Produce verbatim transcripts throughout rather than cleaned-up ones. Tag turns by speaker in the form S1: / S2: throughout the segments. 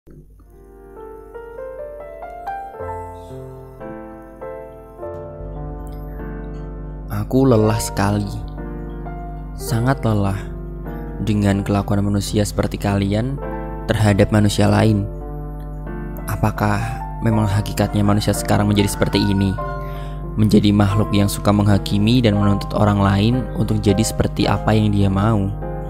S1: Aku lelah sekali, sangat lelah dengan kelakuan manusia seperti kalian terhadap manusia lain. Apakah memang hakikatnya manusia sekarang menjadi seperti ini? Menjadi makhluk yang suka menghakimi dan menuntut orang lain untuk jadi seperti apa yang dia mau.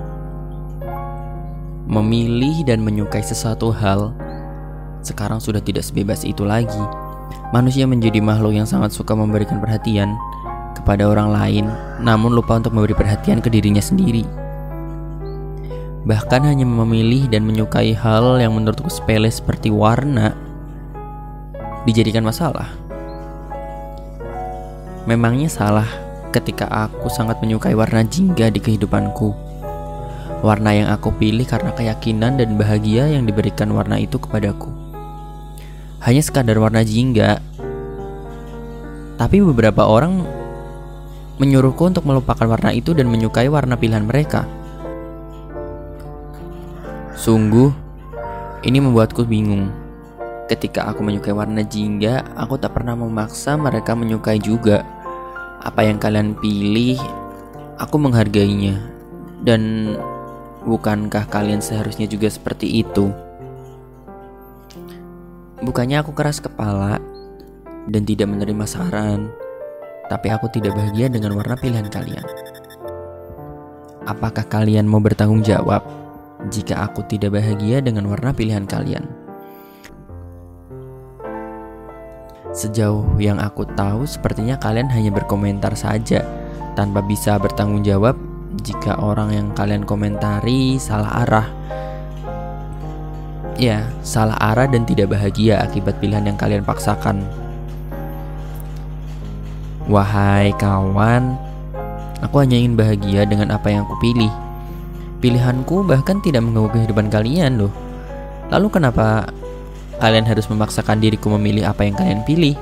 S1: Memilih dan menyukai sesuatu hal sekarang sudah tidak sebebas itu lagi. Manusia menjadi makhluk yang sangat suka memberikan perhatian kepada orang lain, namun lupa untuk memberi perhatian ke dirinya sendiri. Bahkan hanya memilih dan menyukai hal yang menurutku sepele seperti warna dijadikan masalah. Memangnya salah ketika aku sangat menyukai warna jingga di kehidupanku. Warna yang aku pilih karena keyakinan dan bahagia yang diberikan warna itu kepadaku. Hanya sekadar warna jingga. Tapi beberapa orang menyuruhku untuk melupakan warna itu dan menyukai warna pilihan mereka. Sungguh, ini membuatku bingung. Ketika aku menyukai warna jingga, aku tak pernah memaksa mereka menyukai juga. Apa yang kalian pilih, aku menghargainya. Dan bukankah kalian seharusnya juga seperti itu? Bukannya aku keras kepala dan tidak menerima saran, tapi aku tidak bahagia dengan warna pilihan kalian. Apakah kalian mau bertanggung jawab jika aku tidak bahagia dengan warna pilihan kalian? Sejauh yang aku tahu, sepertinya kalian hanya berkomentar saja tanpa bisa bertanggung jawab jika orang yang kalian komentari salah arah. Ya, salah arah dan tidak bahagia akibat pilihan yang kalian paksakan. Wahai kawan, aku hanya ingin bahagia dengan apa yang aku pilih. Pilihanku bahkan tidak mengganggu kehidupan kalian loh. Lalu kenapa kalian harus memaksakan diriku memilih apa yang kalian pilih?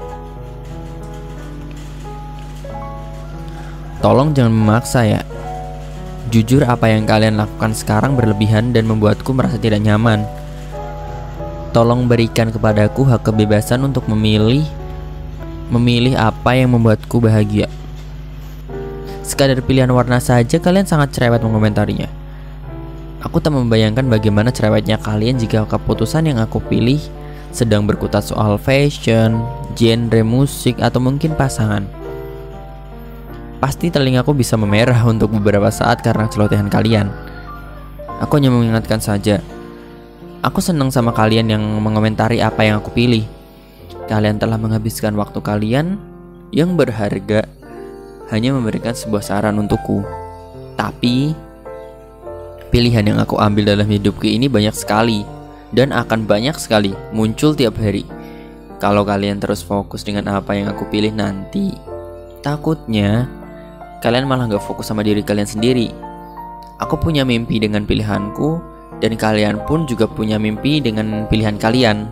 S1: Tolong jangan memaksa ya. Jujur, apa yang kalian lakukan sekarang berlebihan dan membuatku merasa tidak nyaman. Tolong berikan kepadaku hak kebebasan untuk memilih Memilih apa yang membuatku bahagia. Sekadar pilihan warna saja kalian sangat cerewet mengomentarinya. Aku tak membayangkan bagaimana cerewetnya kalian jika keputusan yang aku pilih sedang berkutat soal fashion, genre musik, atau mungkin pasangan. Pasti telingaku bisa memerah untuk beberapa saat karena celotehan kalian. Aku hanya mengingatkan saja, aku senang sama kalian yang mengomentari apa yang aku pilih. Kalian telah menghabiskan waktu kalian yang berharga hanya memberikan sebuah saran untukku. Tapi pilihan yang aku ambil dalam hidupku ini banyak sekali dan akan banyak sekali muncul tiap hari. Kalau kalian terus fokus dengan apa yang aku pilih nanti, takutnya kalian malah gak fokus sama diri kalian sendiri. Aku punya mimpi dengan pilihanku, dan kalian pun juga punya mimpi dengan pilihan kalian.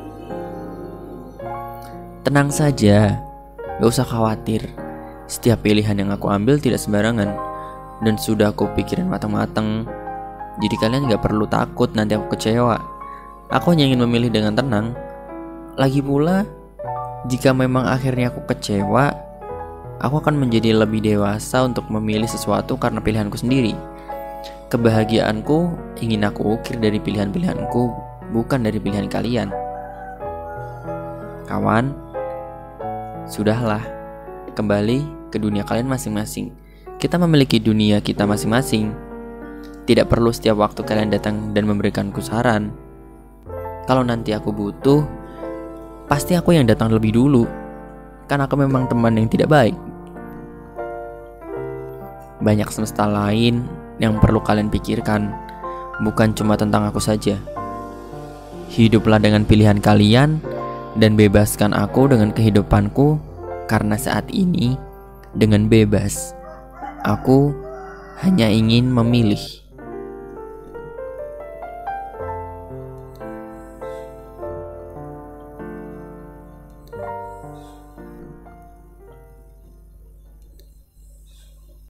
S1: Tenang saja, gak usah khawatir. Setiap pilihan yang aku ambil tidak sembarangan dan sudah aku pikirin matang-matang. Jadi kalian gak perlu takut nanti aku kecewa. Aku hanya ingin memilih dengan tenang. Lagi pula, jika memang akhirnya aku kecewa, aku akan menjadi lebih dewasa untuk memilih sesuatu karena pilihanku sendiri. Kebahagiaanku ingin aku ukir dari pilihan-pilihanku, bukan dari pilihan kalian. Kawan, sudahlah, kembali ke dunia kalian masing-masing. Kita memiliki dunia kita masing-masing. Tidak perlu setiap waktu kalian datang dan memberikanku saran. Kalau nanti aku butuh, pasti aku yang datang lebih dulu. Kan aku memang teman yang tidak baik. Banyak semesta lain yang perlu kalian pikirkan, bukan cuma tentang aku saja. Hiduplah dengan pilihan kalian dan bebaskan aku dengan kehidupanku, karena saat ini dengan bebas aku hanya ingin memilih.